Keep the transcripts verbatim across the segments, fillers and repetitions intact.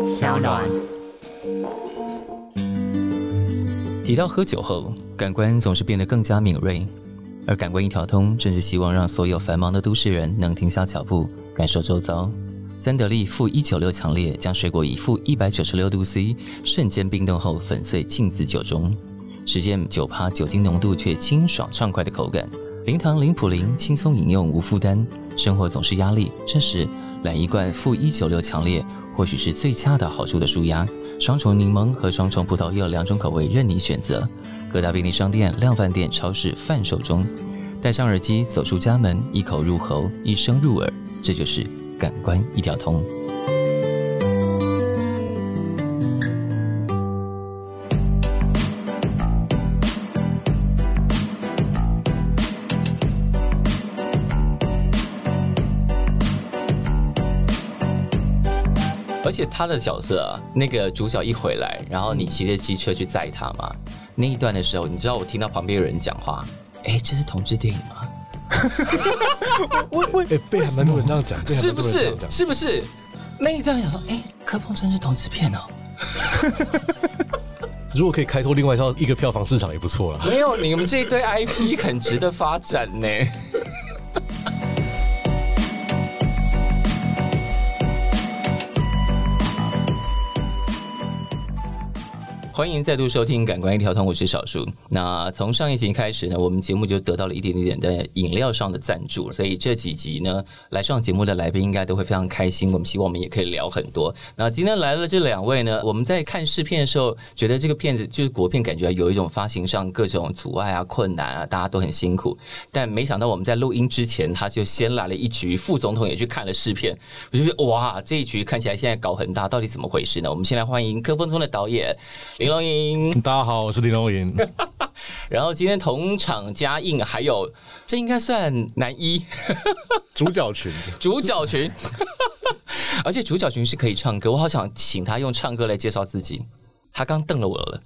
小暖。 提到喝酒后，感官总是变得更加敏锐，而感官一条通正是希望让所有繁忙的都市人能停下脚步，感受周遭。三得利负一九六强烈将水果以负一百九十六度 C 瞬间冰冻后粉碎浸渍酒中，实践九趴酒精浓度却清爽畅快的口感，零糖零普林，轻松饮用无负担。生活总是压力，这时来一罐负一九六强烈，或许是最恰到好处的舒压。双重柠檬和双重葡萄柚两种口味任你选择，各大便利商店、量贩店、超市贩售中。戴上耳机走出家门，一口入喉，一声入耳，这就是感官一条通。而且他的角色啊，那个主角一回来，然后你骑着机车去载他嘛，那一段的时候，你知道我听到旁边有人讲话，哎，这是同志电影吗？ 我我哎，被还蛮多人这样讲， 是不是？是不是？那一段想说，哎，柯风真是同志片哦。 如果可以开拓另外一套一个票房市场也不错啦。 没有，你们这一堆 I P 很值得发展呢。欢迎再度收听《感官一条通》，我是小树。那从上一集开始呢，我们节目就得到了一点点的饮料上的赞助，所以这几集呢，来上节目的来宾应该都会非常开心。我们希望我们也可以聊很多。那今天来了这两位呢，我们在看试片的时候，觉得这个片子就是国片，感觉有一种发行上各种阻碍啊、困难啊，大家都很辛苦。但没想到我们在录音之前，他就先来了一局，副总统也去看了试片，我就觉得哇，这一局看起来现在搞很大，到底怎么回事呢？我们先来欢迎柯风冲的导演林龙吟。 大家好，我是林龙吟。 然后今天同场加映还有，这应该算男一主角群， 主角群，而且主角群是可以唱歌，我好想请他用唱歌来介绍自己。他刚瞪了我了。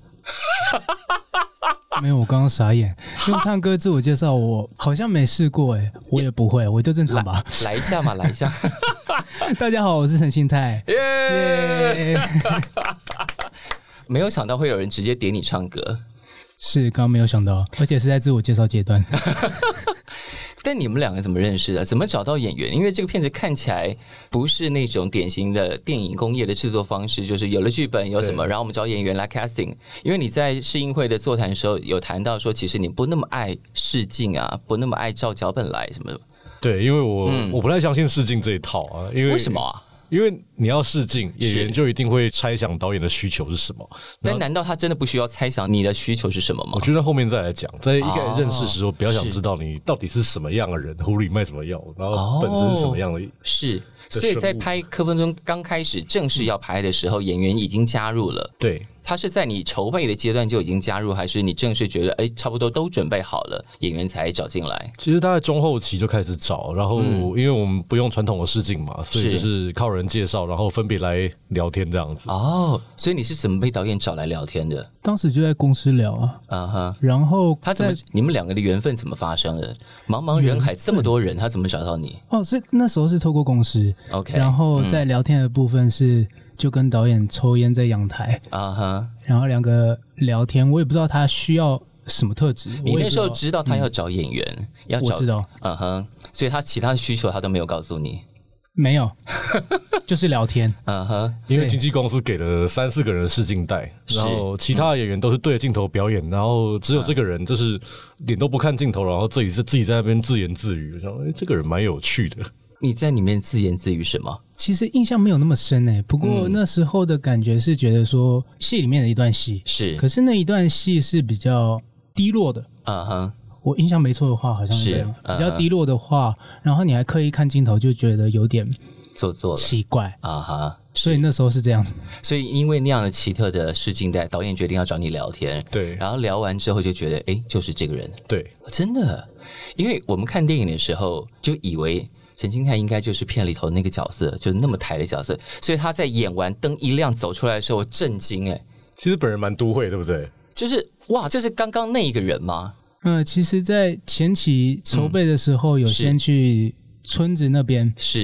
没有，我刚刚傻眼。用唱歌自我介绍，我好像没试过哎，我也不会，我就正常吧。 来, 来一下嘛，来一下。 大家好，我是陈信泰。 耶、yeah! 没有想到会有人直接点你唱歌， 是刚刚没有想到，而且是在自我介绍阶段。 但你们两个怎么认识的？怎么找到演员？因为这个片子看起来不是那种典型的电影工业的制作方式，就是有了剧本有什么，然后我们找演员来 casting。因为你在试映会的座谈的时候有谈到说，其实你不那么爱试镜啊，不那么爱照脚本来什么的。 对，因为我、嗯、我不太相信试镜这一套啊，因为为什么啊？ 因为你要试镜，演员就一定会猜想导演的需求是什么。 但难道他真的不需要猜想你的需求是什么吗？ 我觉得后面再来讲，在一开始认识的时候，比较想知道你到底是什么样的人，葫芦里卖什么药，然后本身是什么样的。 是，所以在拍柯风冲刚开始正式要拍的时候，演员已经加入了。对。他是在你筹备的阶段就已经加入，还是你正式觉得哎差不多都准备好了，演员才找进来？ 其实大概中后期就开始找，然后因为我们不用传统的试镜嘛，所以就是靠人介绍，然后分别来聊天这样子。 哦，所以你是怎么被导演找来聊天的？ 当时就在公司聊啊，啊哈，然后他怎么你们两个的缘分怎么发生的？茫茫人海这么多人，他怎么找到你？ 哦，是那时候是透过公司 ，OK， 然后在聊天的部分是。就跟导演抽烟在阳台啊哈， uh-huh. 然后两个聊天，我也不知道他需要什么特质。 你那时候知道他要找演员，嗯、要找， 我知道， 嗯哼，所以他其他的需求他都没有告诉你， 没有，就是聊天， 嗯哼， 因为经纪公司给了三四个人试镜带，然后其他的演员都是对着镜头表演，然后只有这个人就是脸都不看镜头，然后自己是自己在那边自言自语，我想，哎，这个人蛮有趣的。 你在里面自言自语什么？ 其实印象没有那么深诶、欸，不过那时候的感觉是觉得说戏里面的一段戏是，可是那一段戏是比较低落的，啊哈，我印象没错的话好像是这样，比较低落的话，然后你还刻意看镜头，就觉得有点做作了， 奇怪啊哈， 所以那时候是这样子。 所以因为那样的奇特的试镜带，导演决定要找你聊天，对，然后聊完之后就觉得，哎，就是这个人，对，真的，因为我们看电影的时候就以为。陈金泰应该就是片里头那个角色，就是那么台的角色，所以他在演完灯一亮走出来的时候，我震惊哎、欸！ 其实本人蛮都会，对不对？ 就是哇，这是刚刚那一个人吗？ 嗯，其实，在前期筹备的时候，有先去村子那边、嗯、 是，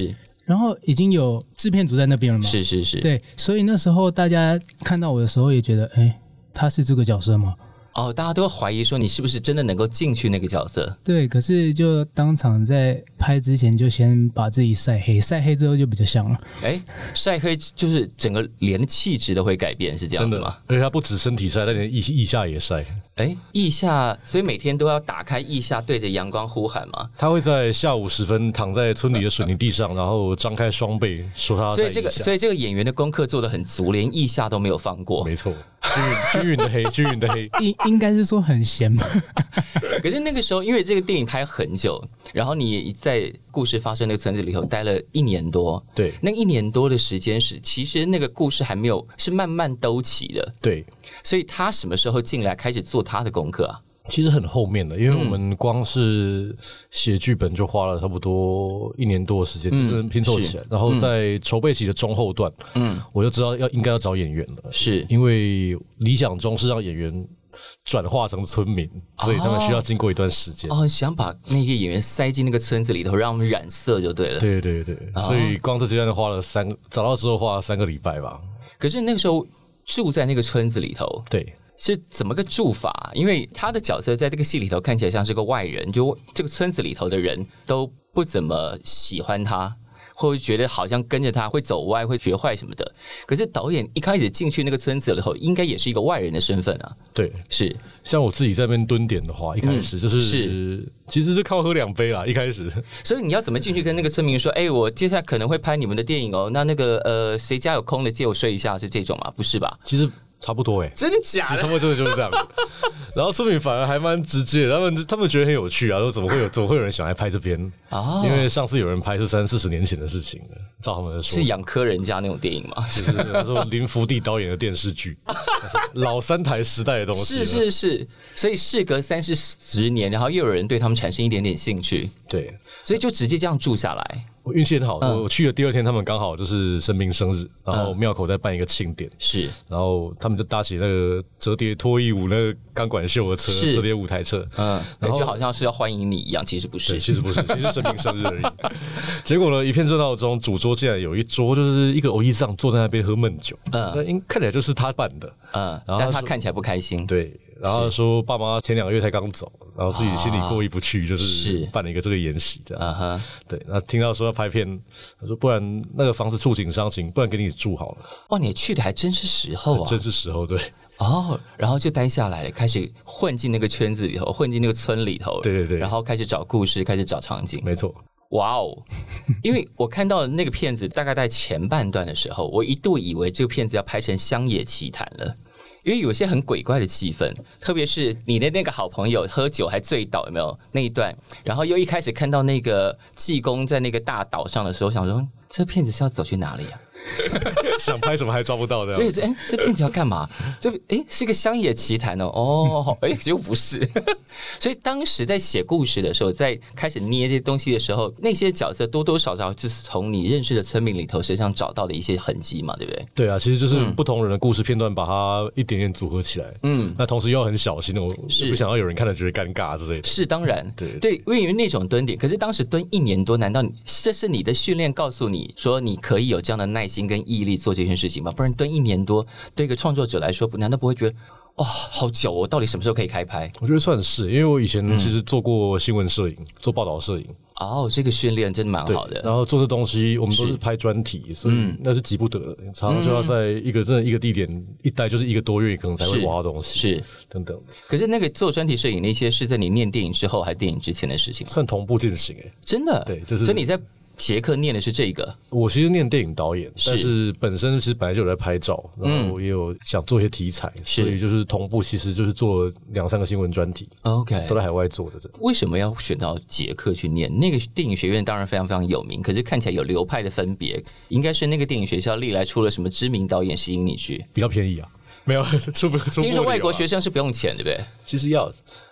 然后已经有制片组在那边了嘛？ 是是是， 对，所以那时候大家看到我的时候也觉得，哎，他是这个角色吗？ 哦，大家都怀疑说你是不是真的能够进去那个角色？ 对，可是就当场在拍之前就先把自己晒黑，晒黑之后就比较像了。 哎，晒黑就是整个连气质都会改变，是这样的吗？ 而且他不止身体晒，他连腋腋下也晒。 哎，腋下，所以每天都要打开腋下对着阳光呼喊吗？ 他会在下午时分躺在村里的水泥地上，然后张开双臂说他所以这个，所以这个演员的功课做得很足，连腋下都没有放过。 没错，均匀均匀的黑，均匀的黑， 应应该是说很咸吧。 可是那个时候，因为这个电影拍很久，然后你在故事发生那个村子里头待了一年多， 对， 那一年多的时间是，其实那个故事还没有是慢慢兜起的， 对， 所以他什么时候进来开始做他的功课啊？ 其实很后面的，因为我们光是写剧本就花了差不多一年多的时间，嗯、就是拼凑起来。然后在筹备期的中后段，嗯，我就知道要应该要找演员了， 是因为理想中是让演员转化成村民，所以他们需要经过一段时间。 哦，想把那些演员塞进那个村子里头，让他们染色就对了。 对对对，哦、所以光这阶段花了三个，找到之后花了三个礼拜吧。 可是那个时候住在那个村子里头， 对。 是怎么个住法？因为他的角色在这个戏里头看起来像是个外人，就这个村子里头的人都不怎么喜欢他，或者觉得好像跟着他会走歪、会学坏什么的。可是导演一开始进去那个村子里头，应该也是一个外人的身份啊。 对， 是像我自己在那边蹲点的话，一开始就是、嗯、是其实是靠喝两杯啦。一开始， 所以你要怎么进去跟那个村民说？哎、欸，我接下来可能会拍你们的电影哦。那那个呃，谁家有空的借我睡一下，是这种吗？不是吧？ 其实。差不多哎、欸， 真的假的？ 差不多就是就是这样。然后村民反而还蛮直接的，他们他们觉得很有趣啊，说怎么会有怎么会有人想来拍这边啊？因为上次有人拍是三四十年前的事情了，照他们的说是养科人家那种电影吗？ 是是是，说林福地导演的电视剧，老三台时代的东西。 是是是，所以事隔三四十年，然后又有人对他们产生一点点兴趣， 对， 所以就直接这样住下来。 我运气很好、嗯，我去的第二天，他们刚好就是生病生日，然后庙口在办一个庆典， 是、嗯， 然后他们就搭起那个折叠脱衣舞那个钢管秀的车，折叠舞台车， 嗯，然后就好像是要欢迎你一样，其实不是， 其实不是，其实生病生日而已。结果呢，一片热闹中，主桌竟然有一桌就是一个欧伊桑坐在那边喝闷酒，嗯，那应看起来就是他办的， 嗯，然后但他看起来不开心， 对。然后说爸妈前两个月才刚走，然后自己心里过意不去，就是办了一个这个演习这样。啊、对，那听到说要拍片，他说不然那个房子触景伤情，不然给你住好了。 哇，你去的还真是时候啊！ 真是时候，对。 哦，然后就待下来了，开始混进那个圈子里头，混进那个村里头。 对对对。 然后开始找故事，开始找场景。 没错。 哇哦！因为我看到那个片子，大概在前半段的时候，我一度以为这个片子要拍成乡野奇谈了。因为有些很鬼怪的气氛，特别是你的那个好朋友喝酒还醉倒，有没有那一段？然后又一开始看到那个济公在那个大岛上的时候，想说这片子是要走去哪里啊？ 想拍什么还抓不到的。 对，哎，这片子要干嘛？这哎是个乡野奇谈哦，哦，哎结果不是。所以当时在写故事的时候，在开始捏这些东西的时候，那些角色多多少少就是从你认识的村民里头身上找到的一些痕迹嘛，对不对？ 对啊，其实就是不同人的故事片段，把它一点点组合起来。嗯，那同时又要很小心的，我不想要有人看了觉得尴尬之类的。 是当然， 对对，因为那种蹲点，可是当时蹲一年多，难道你这是你的训练告诉你说你可以有这样的耐心跟毅力做这件事情吗？不然蹲一年多，对一个创作者来说，难道不会觉得哇、哦、好久哦？到底什么时候可以开拍？ 我觉得算是，因为我以前其实做过新闻摄影，嗯、做报道摄影。 哦，这个训练真的蛮好的。 然后做这东西，我们都是拍专题，所以那是急不得的，常常就要在一个真的一个地点一待就是一个多月，可能才会挖到东西， 是等等。 可是那个做专题摄影那些是在你念电影之后，还是电影之前的事情吗？ 算同步进行诶、欸， 真的。 对，就是。 所以你在捷克念的是这个。 我其实念电影导演，但是本身其实本来就有在拍照，然后也有想做一些题材，嗯、所以就是同步，其实就是做两三个新闻专题 ，OK， 都在海外做的。 为什么要选到捷克去念？那个电影学院当然非常非常有名，可是看起来有流派的分别，应该是那个电影学校历来出了什么知名导演吸引你去？ 比较便宜啊。没有出不出、啊、 听说外国学生是不用钱，对不对？ 其实要，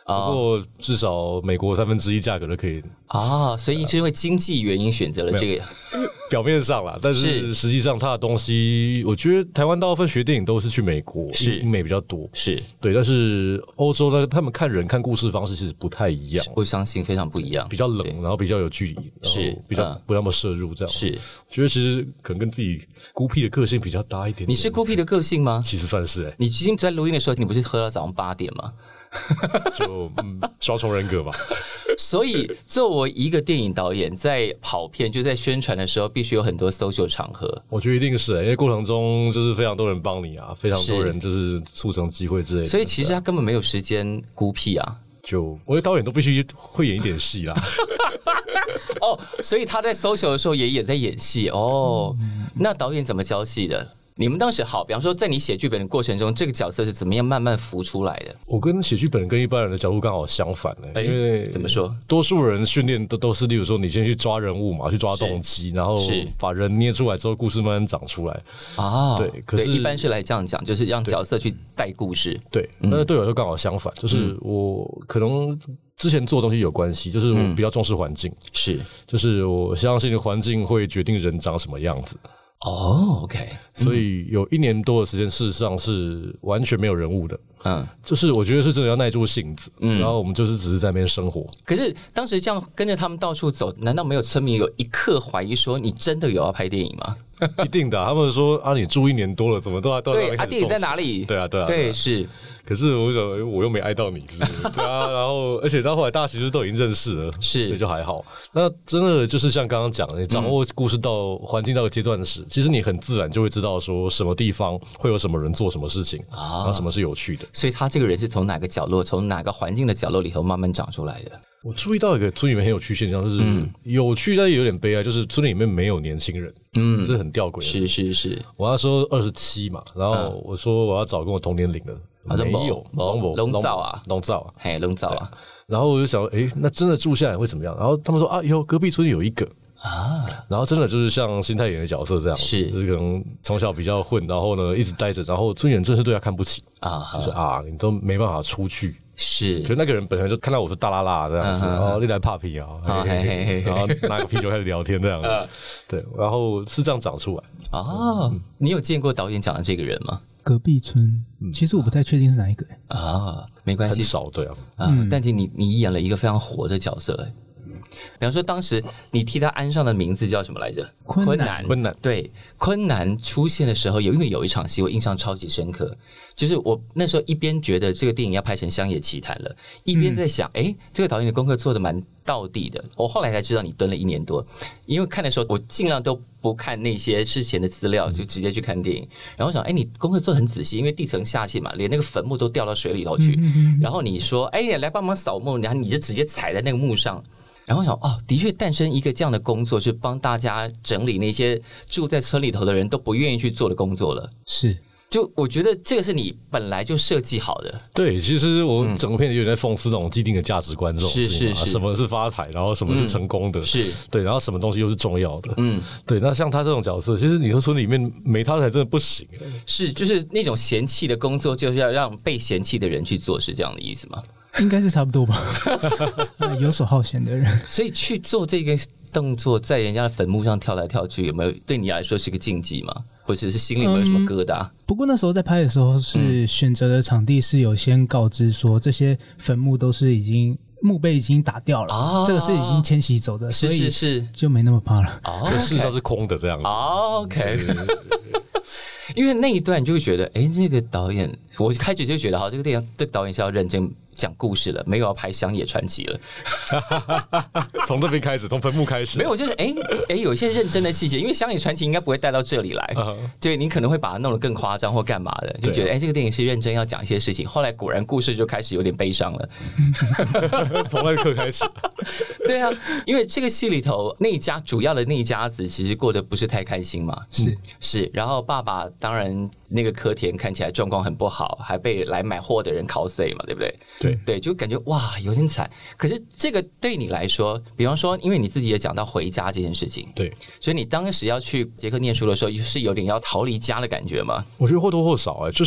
不过至少美国三分之一价格都可以啊，所以是因为经济原因选择了这个， 表面上啦，但是实际上它的东西，我觉得台湾大部分学电影都是去美国，是英美比较多， 是对， 但是欧洲呢，他们看人看故事方式其实不太一样， 我相信非常不一样， 比较冷，然后比较有距离，是比较不那么摄入这样， 是， 我觉得其实可能跟自己孤僻的个性比较搭一点点。 你是孤僻的个性吗？ 其实算是哎、欸， 你今天在录音的时候，你不是喝到早上八点吗？ 就嗯，双重人格吧。 所以，作为一个电影导演，在跑片就在宣传的时候，必须有很多 social 场合。 我觉得一定是、欸，因为过程中就是非常多人帮你啊，非常多人就是促成机会之类的。 所以其实他根本没有时间孤僻啊。 就我觉得导演都必须会演一点戏啦。 哦，所以他在 social 的时候也也在演戏哦。嗯、那导演怎么教戏的？你们当时好，比方说在你写剧本的过程中，这个角色是怎么样慢慢浮出来的？ 我跟写剧本跟一般人的角度刚好相反的、欸，因为怎么说？ 多数人训练都都是，例如说你先去抓人物嘛，去抓动机，然后把人捏出来之后，故事慢慢长出来啊。对，可是一般是来这样讲，就是让角色去带故事。 对，但是对我就刚好相反，就是我可能之前做的东西有关系，就是我比较重视环境，嗯、 是， 就是我相信环境会决定人长什么样子。 哦 ，OK， 所以有一年多的时间，事实上是完全没有人物的。嗯，就是我觉得是真的要耐住性子，嗯，然后我们就是只是在那边生活。 可是当时这样跟着他们到处走，难道没有村民有一刻怀疑说你真的有要拍电影吗？ 一定的、啊，他们说啊，你住一年多了，怎么都都对啊，电影在哪里？ 对啊，对啊， 对是。 可是我想，我又没爱到你，是对啊。然后，而且到后来大家其实都已经认识了， 是， 对，就还好。那真的就是像刚刚讲的，你掌握故事到环境到个阶段时，其实你很自然就会知道说什么地方会有什么人做什么事情啊，然后什么是有趣的。 所以他这个人是从哪个角落，从哪个环境的角落里头慢慢长出来的。 我注意到一个村里面很有趣现象，就是、嗯、有趣但也有点悲哀，就是村里面没有年轻人，嗯，这是很吊诡的。 是是是， 我那时候二十七嘛，然后我说我要找跟我同年龄的。 啊、 没有， 龙龙灶啊， 龙灶啊， 嘿，龙灶啊。 然后我就想，哎、欸，那真的住下来会怎么样？然后他们说啊，以后隔壁村有一个啊，然后真的就是像新泰演的角色这样，是，就是可能从小比较混，然后呢一直待着，然后村员真的是对他看不起啊，就是啊，你都没办法出去。 是， 可是那个人本来就看到我是大拉拉这样子，然后你来怕皮啊，然后拿个啤酒开始聊天这样子，对，然后是这样长出来。 哦，你有见过导演讲的这个人吗？ 隔壁村，其实我不太确定是哪一个、欸、 啊，没关系， 很少对啊， 啊，嗯、但是你你演了一个非常活的角色、欸，比方说当时你替他安上的名字叫什么来着？ 昆南， 昆南， 对，昆南出现的时候有，因为有一场戏我印象超级深刻，就是我那时候一边觉得这个电影要拍成乡野奇谈了，一边在想，哎、嗯，这个导演的功课做得蛮道地的。我后来才知道你蹲了一年多，因为看的时候我尽量都不看那些事前的资料，就直接去看电影。然后我想，哎，你功课做得很仔细，因为地层下陷嘛，连那个坟墓都掉到水里头去。嗯嗯嗯，然后你说，哎，来帮忙扫墓，然后你就直接踩在那个墓上。然后想，哦，的确诞生一个这样的工作，是帮大家整理那些住在村里头的人都不愿意去做的工作了。 是。 就我觉得这个是你本来就设计好的。 对，其实我整个片子有点在讽刺那种既定的价值观这种事情嘛，什么是发财，然后什么是成功的，嗯、是对，然后什么东西又是重要的，嗯，对。那像他这种角色，其实你说村里面没他才真的不行。 是，就是那种嫌弃的工作，就是要让被嫌弃的人去做，是这样的意思吗？ 应该是差不多吧。游手好闲的人， 所以去做这个动作，在人家的坟墓上跳来跳去，有没有对你来说是个禁忌吗？或者是心里有没有什么疙瘩、嗯？ 不过那时候在拍的时候，是选择的场地是有先告知说，这些坟墓都是已经墓碑已经打掉了，啊、这个是已经迁徙走的， 是是是， 就没那么怕了。 哦，事实上是空的这样子。 哦、OK。因为那一段就会觉得，哎，这个导演，我开始就觉得，好，这个电影，这个导演是要认真讲故事了，没有要拍乡野传奇了。 从这边开始，从坟墓开始， 没有，就是哎哎，有一些认真的细节，因为乡野传奇应该不会带到这里来，uh-huh. 对，你可能会把它弄得更夸张或干嘛的，就觉得哎，这个电影是认真要讲一些事情。后来果然故事就开始有点悲伤了， 从那一刻开始。 对啊，因为这个戏里头那一家主要的那一家子其实过得不是太开心嘛， 是、 嗯、是，然后爸爸当然那个柯田看起来状况很不好，还被来买货的人拷死嘛，对不对？ 对对，就感觉哇有点惨。可是这个对你来说，比方说，因为你自己也讲到回家这件事情， 对， 所以你当时要去捷克念书的时候，是有点要逃离家的感觉吗？ 我觉得或多或少哎、欸，就是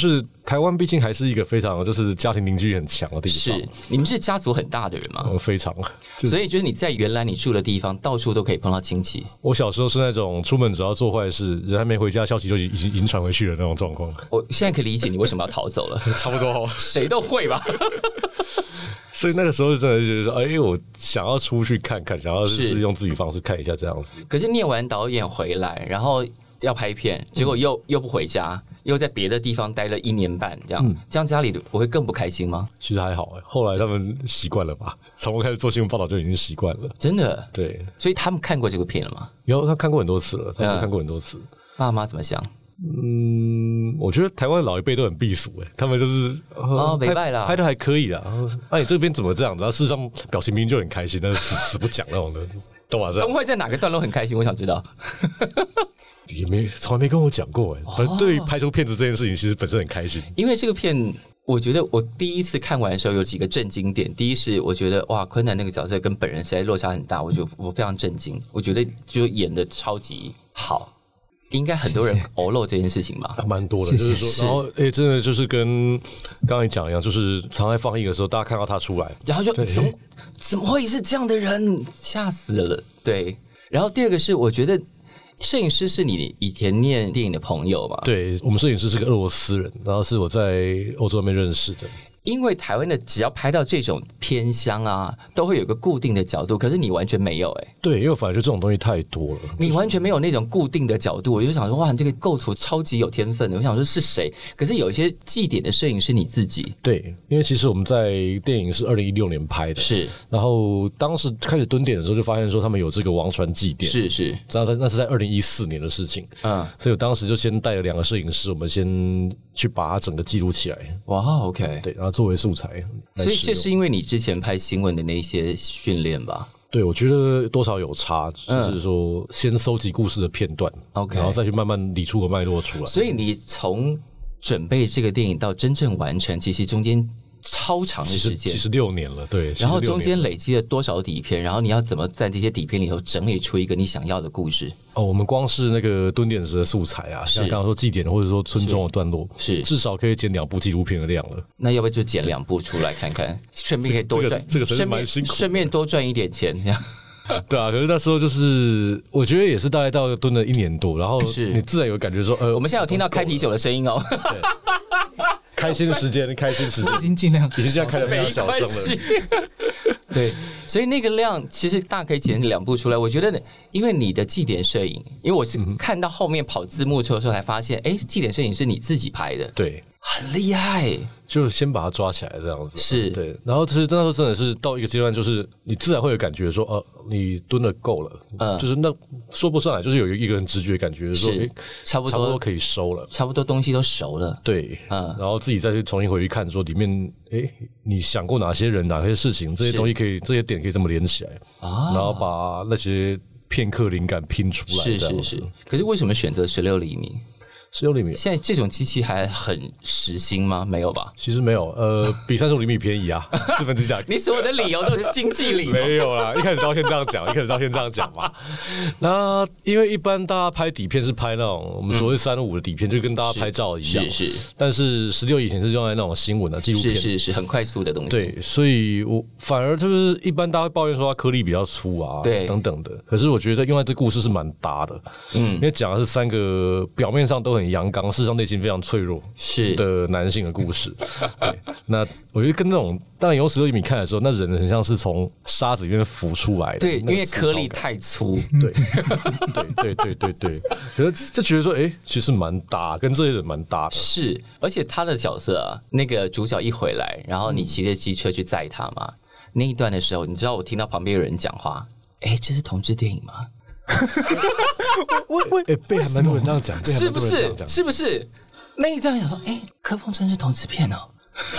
台湾毕竟还是一个非常就是家庭凝聚力很强的地方。 是，你们是家族很大的人吗？ 嗯，非常。 所以就是你在原来你住的地方，到处都可以碰到亲戚。 我小时候是那种出门只要做坏事，人还没回家，消息就已经已经传回去了那种状况。 我现在可以理解你为什么要逃走了， 差不多， 谁都会吧。 所以那个时候真的觉得说，哎，我想要出去看看，想要是用自己方式看一下这样子。 可是念完导演回来，然后要拍片，结果又、嗯、又不回家。又在别的地方待了一年半，这样、嗯、这样家里不会更不开心吗？ 其实还好哎，后来他们习惯了吧，从我开始做新闻报道就已经习惯了。 真的？ 对， 所以他们看过这个片了吗？ 有，他看过很多次了，他们看过很多次。嗯、 爸妈怎么想？ 嗯，我觉得台湾老一辈都很避俗哎，他们就是哦，没败啦， 拍的还可以啦。哎、啊，你这边怎么这样子？然后事实上表情明明就很开心，但是死死不讲那种的，懂吗？ 东会在哪个段落很开心？我想知道。 也没从来没跟我讲过哎，反正对于拍出片子这件事情，其实本身很开心。 因为这个片，我觉得我第一次看完的时候有几个震惊点。第一是我觉得哇，昆南那个角色跟本人实在落差很大，我觉得我非常震惊。我觉得就演的超级好，应该很多人偶漏这件事情吧， 蛮多的。就是说，然后哎、欸，真的就是跟刚才讲一样，就是常在放映的时候，大家看到他出来， 然后就怎么怎么会是这样的人，吓死了。对，然后第二个是我觉得。摄影师是你以前念电影的朋友吗？ 对，我们摄影师是个俄罗斯人，然后是我在欧洲那边认识的。 因为台湾的只要拍到这种偏乡啊，都会有个固定的角度，可是你完全没有哎、欸。 对，因为我反而觉得这种东西太多了， 你完全没有那种固定的角度，我就想说哇，你这个构图超级有天分的。我想说是谁？可是有一些祭点的摄影师你自己。 对，因为其实我们在电影是二零一六年拍的， 是， 然后当时开始蹲点的时候就发现说他们有这个王传祭典， 是是， 那那是在二零一四年的事情，嗯，所以我当时就先带了两个摄影师，我们先去把它整个记录起来。 哇 ，OK， 对，然后作为素材。 所以这是因为你之前拍新闻的那些训练吧？ 对，我觉得多少有差，就是说先收集故事的片段 ，OK， 然后再去慢慢理出个脉络出来。 所以你从准备这个电影到真正完成，其实中间超长的时间， 其实六年了，对。 然后中间累积了多少底片，然后你要怎么在这些底片里头整理出一个你想要的故事？ 哦，我们光是那个蹲点时的素材啊，像刚刚说祭典或者说村庄的段落， 是至少可以剪两部纪录片的量了。 那要不要就剪两部出来看看，顺便可以多赚， 这个这个蛮辛苦， 顺便多赚一点钱，这样。 对啊，可是那时候就是我觉得也是大概到蹲了一年多，然后你自然有感觉说，呃， 我们现在有听到开啤酒的声音哦。 开心时间，开心时间， 已经尽量， 已经这样开得非常小声了。 对，所以那个量其实大可以剪两部出来。我觉得，因为你的祭典摄影，因为我是看到后面跑字幕的时候才发现，哎、嗯，祭典摄影是你自己拍的， 对， 很厉害。 就先把它抓起来这样子， 是对。然后其实那时候真的是到一个阶段，就是你自然会有感觉说，呃，你蹲的够了，嗯，就是那说不上来，就是有一个人直觉感觉说，哎， 差不多差不多可以收了， 差不多东西都熟了， 对，嗯。然后自己再去重新回去看，说里面，哎，你想过哪些人、哪些事情，这些东西可以，这些点可以这么连起来啊，然后把那些片刻灵感拼出来， 是是是。可是为什么选择十六厘米？ 十六厘米， 现在这种机器还很时兴吗？没有吧？ 其实没有，呃，比三十五厘米便宜啊，四分之一价格。 你所有的理由都是经济理由。 没有啦，一开始都要先这样讲，一开始都要先这样讲嘛。那因为一般大家拍底片是拍那种我们所谓三五的底片，嗯、就跟大家拍照一样。 是是。 但是十六以前是用来那种新闻的纪录片， 是是是，很快速的东西。 对，所以我反而就是一般大家会抱怨说它颗粒比较粗啊，对，等等的。可是我觉得用在这故事是蛮搭的，嗯，因为讲的是三个表面上都很阳刚，事实上内心非常脆弱是的男性的故事。对，那我觉得跟那种当然用十六厘米看的时候，那人很像是从沙子里面浮出来的， 对，因为颗粒太粗， 对，对对对对对。可是就觉得说，哎、欸，其实蛮搭，跟这些人蛮搭的。 是，而且他的角色啊，那个主角一回来，然后你骑着机车去载他嘛，那一段的时候，你知道我听到旁边有人讲话，哎、欸，这是同志电影吗？ 我我哎，被还蛮多人这样讲， 是不是？是不是？那一张想说，哎、欸，柯风真是同志片哦。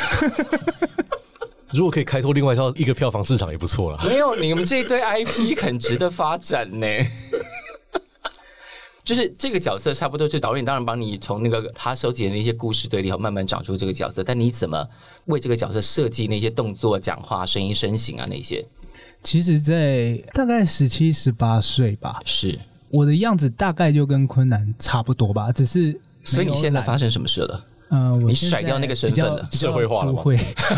如果可以开拓另外一套一个票房市场也不错啦。 没有，你们这一堆 I P 很值得发展呢。就是这个角色差不多是导演当然帮你从那个他收集的那些故事堆里头慢慢长出这个角色，但你怎么为这个角色设计那些动作、讲话、声音、身形啊那些？ 其实在大概十七、十八岁吧， 是我的样子大概就跟昆南差不多吧，只是所以你现在发生什么事了？ 呃， 你甩掉那个身份了， 社会化了吗？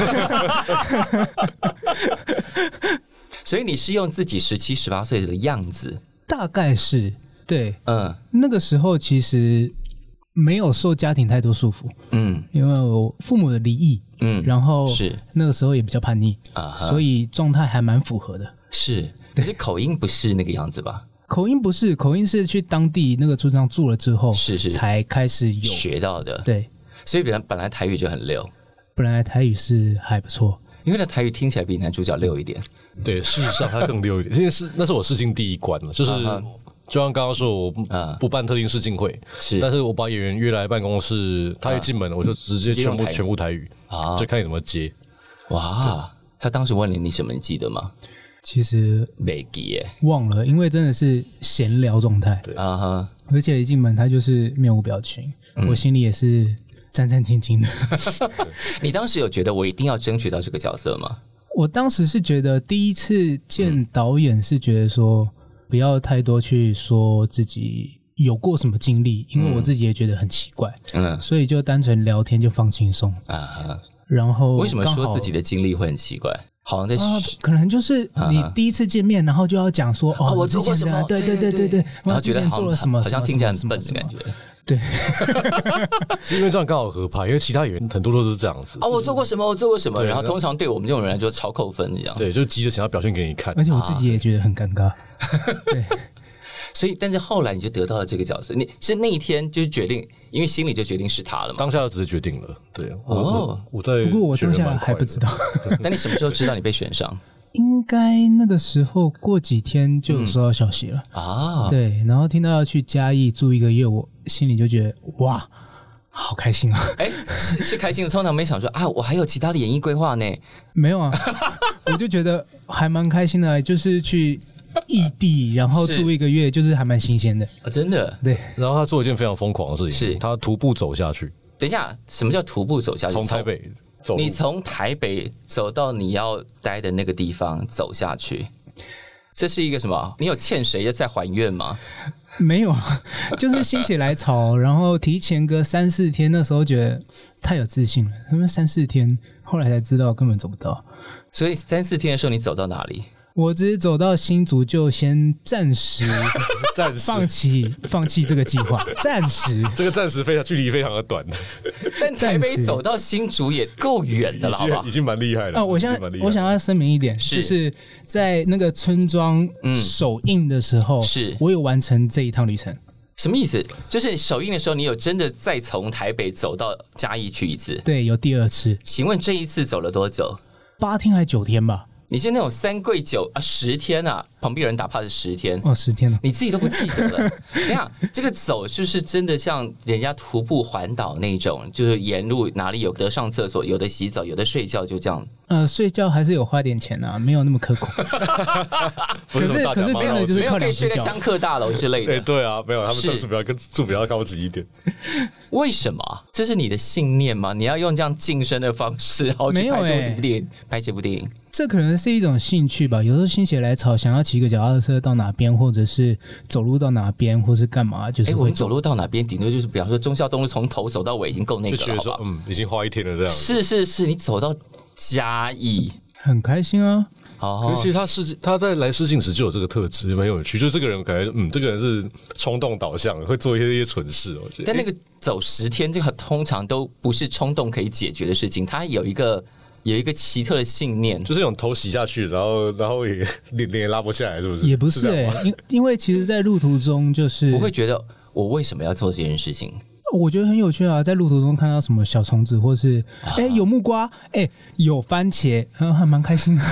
所以你是用自己十七、十八岁的样子， 大概是对，嗯，那个时候其实没有受家庭太多束缚，嗯，因为我父母的离异，嗯，然后是那个时候也比较叛逆啊，所以状态还蛮符合的。 是，可是口音不是那个样子吧？ 口音不是，口音是去当地那个村上住了之后， 是是才开始有学到的。 对， 所以本来本来台语就很溜， 本来台语是还不错， 因为那台语听起来比男主角溜一点。 对，事实上他更溜一点，因为是那是我试镜第一关了，就是。Uh-huh. 就像刚刚说，我不、嗯、不办特定试镜会，是，但是我把演员约来办公室，他一进门、啊、我就直接全部全部台语啊，就看你怎么接。 哇，他当时问了你什么，你记得吗？ 其实没记耶， 忘了，因为真的是闲聊状态，对啊哈，而且一进门他就是面无表情，嗯、我心里也是战战兢兢的。 你当时有觉得我一定要争取到这个角色吗？ 我当时是觉得第一次见导演是觉得说。不要太多去说自己有过什么经历，因为我自己也觉得很奇怪，嗯，所以就单纯聊天就放轻松啊。然后为什么说自己的经历会很奇怪？好像在、 啊、可能就是你第一次见面，然后就要讲说哦， 我做过什么？ 对对对对对， 然后觉得做了什么， 好像听起来很笨的感觉。 对， 是因为这样刚好合拍，因为其他演员很多都是这样子啊、哦，我做过什么，我做过什么，然后通常对我们这种人来说超扣分这样。 对，就急着想要表现给你看， 而且我自己也觉得很尴尬。对， 所以但是后来你就得到了这个角色，你是那一天就是决定，因为心里就决定是他了嘛。 当下就只是决定了，对。哦，我, 我在， 不过我当下还不知道。 那你什么时候知道你被选上？ 应该那个时候过几天就有收到消息了、嗯、啊，对，然后听到要去嘉义住一个月，我心里就觉得哇，好开心啊！ 哎、欸，是是开心的，通常没想说啊，我还有其他的演艺规划呢。 没有啊，我就觉得还蛮开心的，就是去异地，然后住一个月，就是还蛮新鲜的啊，真的。 对， 然后他做一件非常疯狂的事情，是他徒步走下去。 等一下，什么叫徒步走下去？ 从台北。 你从台北走到你要待的那个地方走下去，这是一个什么？你有欠谁在还愿吗？ 没有，就是心血来潮，然后提前个三四天，那时候觉得太有自信了。他们三四天，后来才知道根本走不到。 所以三四天的时候，你走到哪里？ 我只是走到新竹，就先暂时暂时放弃放弃这个计划，暂时这个暂时非常距离非常的短的， 但台北走到新竹也够远的了，好吧？ 已经蛮厉害了啊！我想我想要声明一点，是就是在那个村庄首映的时候，是、嗯、我有完成这一趟旅程。 什么意思？就是首映的时候，你有真的再从台北走到嘉义去一次？ 对，有第二次。 请问这一次走了多久？ 八天还是九天吧？ 你是那种三跪九啊十天啊，旁边有人打怕是十天哦，十天了， 你自己都不记得了。你看这个走就是真的像人家徒步环岛那种，就是沿路哪里有得上厕所，有的洗澡，有的睡觉，就这样。 呃，睡觉还是有花点钱啊，没有那么刻苦。可是可是真的就是靠可以睡在香客大楼之类的。 对对啊，没有，他们住比较跟住比较高级一点。 为什么？这是你的信念吗？你要用这样晋升的方式，然后去拍这部电影，拍这部电影。 这可能是一种兴趣吧，有时候心血来潮，想要骑个脚踏车到哪边，或者是走路到哪边，或是干嘛，就是会走。 哎、欸，我们走路到哪边，顶多就是比方说忠孝东路从头走到尾，已经够那个了，就觉得说， 嗯，已经花一天了这样。 是是是，你走到嘉义， 很开心啊。 哦，可是其实他是他在来试镜时就有这个特质，蛮有趣。就这个人感觉，嗯，这个人是冲动导向，会做一些一些蠢事。我觉得， 但那个走十天，这个通常都不是冲动可以解决的事情，他有一个。有一个奇特的信念， 就是那种头洗下去，然后然后也脸脸也拉不下来，是不是？ 也不是哎、欸，因因为其实，在路途中就是我会觉得，我为什么要做这件事情？ 我觉得很有趣啊，在路途中看到什么小虫子，或是哎、欸、有木瓜，哎、欸、有番茄，还蛮开心的。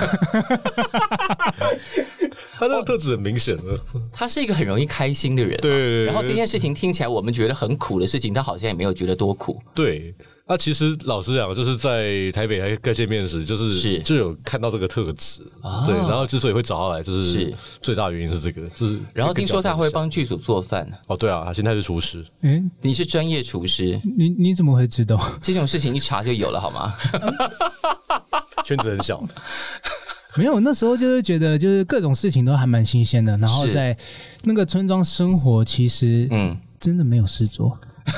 他这个特质很明显的， 他是一个很容易开心的人。 对, 对, 对, 对， 然后这件事情听起来我们觉得很苦的事情，他好像也没有觉得多苦。 对。那其实老实讲，就是在台北还该见面时，就是是就有看到这个特质、啊，对。然后之所以会找他来，就是最大的原因是这个，就是。 然后听说他会帮剧组做饭。 哦，对啊，他现在是厨师。 嗯， 你是专业厨师， 你你怎么会知道？ 这种事情一查就有了，好吗？ 圈子很小。 没有，那时候就是觉得，就是各种事情都还蛮新鲜的。然后在那个村庄生活，其实嗯，真的没有事做。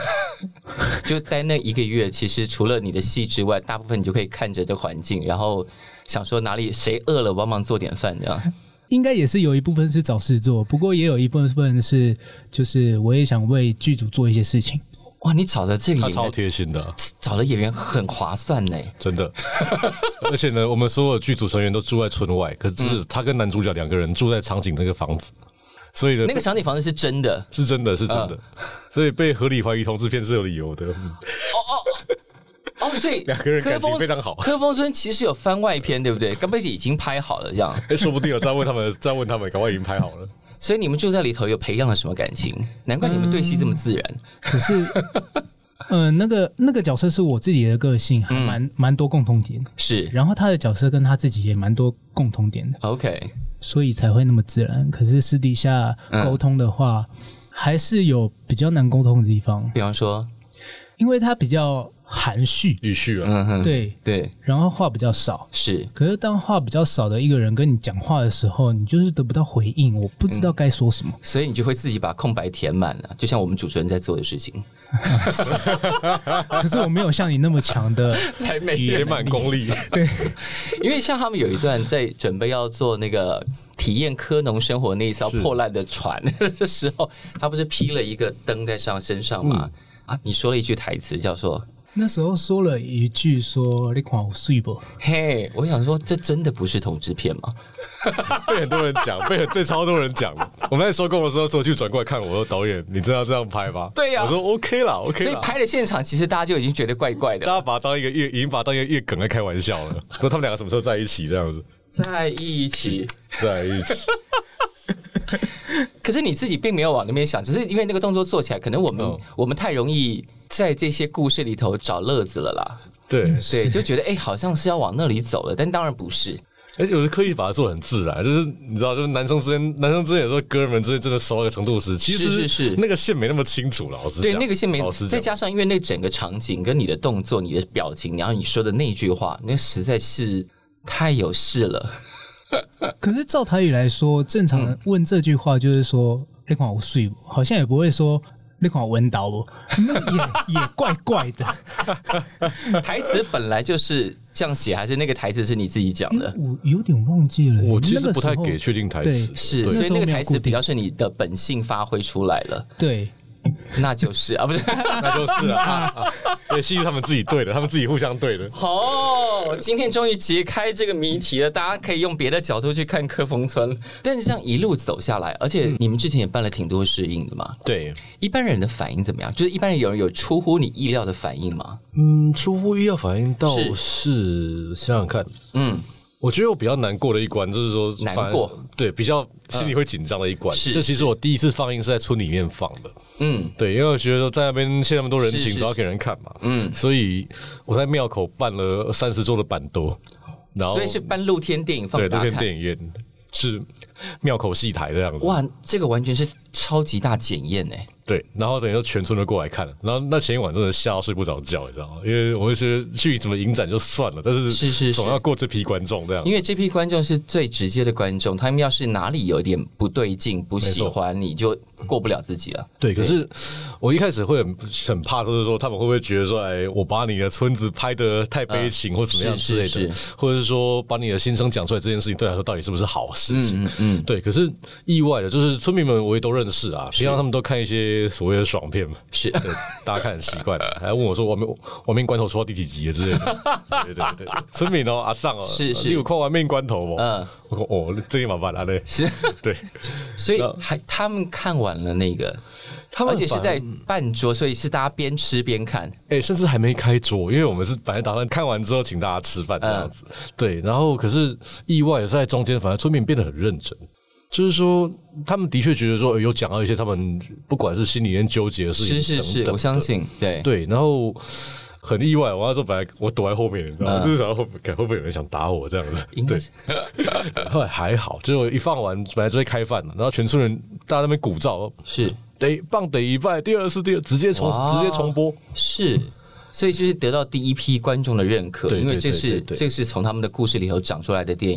就待那一个月，其实除了你的戏之外，大部分你就可以看着这环境，然后想说哪里谁饿了，帮忙做点饭这样。 应该也是有一部分是找事做，不过也有一部分是就是我也想为剧组做一些事情。 哇，你找的这个演员他超贴心的、啊， 找的演员很划算呢， 真的。而且呢，我们所有剧组成员都住在村外，可是他跟男主角两个人住在场景那个房子，所以呢， 那个场景房子是真的， 是真的，是真的，嗯、所以被合理怀疑同志片是有理由的。嗯、哦哦。哦，所以两个人感情非常好。 柯风村其实有番外篇，对不对？根本已经拍好了，这样。 哎，说不定有再问他们，再问他们，赶快已经拍好了。 所以你们住在里头有培养了什么感情？难怪你们对戏这么自然。嗯、 可是，嗯、呃，那个那个角色是我自己的个性，还蛮蛮、嗯、多共同点。 是， 然后他的角色跟他自己也蛮多共同点的。 OK， 所以才会那么自然。可是私底下沟通的话，嗯、还是有比较难沟通的地方。 比方说， 因为他比较含蓄语序啊， 嗯哼， 对对， 然后话比较少， 是。 可是当话比较少的一个人跟你讲话的时候，你就是得不到回应，我不知道该说什么， 嗯、所以你就会自己把空白填满了，就像我们主持人在做的事情。 可是我没有像你那么强的填满功力， 对， 因为像他们有一段在准备要做那个体验科农生活那一艘破烂的船的时候，他不是披了一个灯在上身上吗？嗯、啊，你说了一句台词叫做。 那时候说了一句说你看我睡不？ 嘿，我想说这真的不是同志片吗？ 被很多人讲，被被超多人讲。我们在收工的时候，说去转过来看我说导演，你真的要这样拍吗？ 对呀、啊， 我说 OK 啦 OK 啦。 所以拍的现场其实大家就已经觉得怪怪的， 大家把它当一个乐，已经把它当一个乐梗在开玩笑了。说他们两个什么时候在一起这样子？ 在一起， 在一起。 可是你自己并没有往那边想，只是因为那个动作做起来，可能我们、哦、我们太容易在这些故事里头找乐子了啦。 对对，就觉得哎、欸，好像是要往那里走了，但当然不是。 而且我是刻意把它做得很自然，就是你知道，就是男生之间，男生之间有时候哥们之间真的熟到一个程度时，其实是是那个线没那么清楚，老实讲。 对，那个线没，再加上因为那整个场景跟你的动作、你的表情，然后你说的那句话，那实在是太有事了。 可是照台语来说，正常的问这句话就是说“你看我睡不”，好像也不会说“你看我闻到不”，那也也怪怪的。 台词本来就是这样写，还是那个台词是你自己讲的？ 我有点忘记了。 我其实不太给确定台词， 是，所以那个台词比较是你的本性发挥出来了。 对。 那就是啊，不是， 那就是啊，对，戏剧他们自己对的，他们自己互相对的。 哦，今天终于解开这个谜题了，大家可以用别的角度去看柯风村。但是这样一路走下来，而且你们之前也办了挺多试映的嘛， 对， 一般人的反应怎么样？就是一般人有人有出乎你意料的反应吗？ 嗯，出乎意料反应倒是，是想想看，嗯。我觉得我比较难过的一关，就是说难过， 对，比较心里会紧张的一关。 是， 这其实我第一次放映是在村里面放的。嗯，对，因为我觉得说在那边欠那么多人情，总要给人看嘛。嗯，所以我在庙口办了三十桌的板桌，然后所以是办露天电影放， 对，露天电影院是庙口戏台这样子。 哇，这个完全是超级大检验哎。 对，然后等于说全村都过来看了，然后那前一晚真的吓到睡不着觉，你知道吗？因为我会觉得去怎么影展就算了，但是是是总要过这批观众这样。 因为这批观众是最直接的观众，他们要是哪里有点不对劲、不喜欢，你就过不了自己了。 对，可是我一开始会很很怕，就是说他们会不会觉得说，哎，我把你的村子拍得太悲情，或怎么样之类的， 是是是或者是说把你的心声讲出来，这件事情对来说到底是不是好事情？嗯嗯，对。可是意外的，就是村民们我也都认识啊，平常他们都看一些所谓的爽片嘛， 是对，大家看很习惯了，还问我说：“亡命亡命关头说到第几集了之类的。”对对对，村民哦，阿尚哦， 是是， 你有看亡命关头吗？嗯，我说哦，这也蛮办啊嘞， 是， 对， 所以还他们看完了那个，他们而且是在半桌，所以是大家边吃边看， 哎、欸，甚至还没开桌，因为我们是本来打算看完之后请大家吃饭这样子，嗯、对，然后可是意外的是在中间，反而村民变得很认真。就是说，他们的确觉得说有讲到一些他们不管是心里面纠结的事情等等的， 是是是，我相信，对对。然后很意外，我那时候本来我躲在后面，你知道吗？嗯、就是想后看会不会有人想打我这样子。对，后来还好，就我一放完，本来就会开饭了，然后全村人大家在那边鼓噪， 是得棒得一拜，第二次第二直接重直接重播， 是。所以就是得到第一批观众的认可，因为这是这是从他们的故事里头长出来的电影。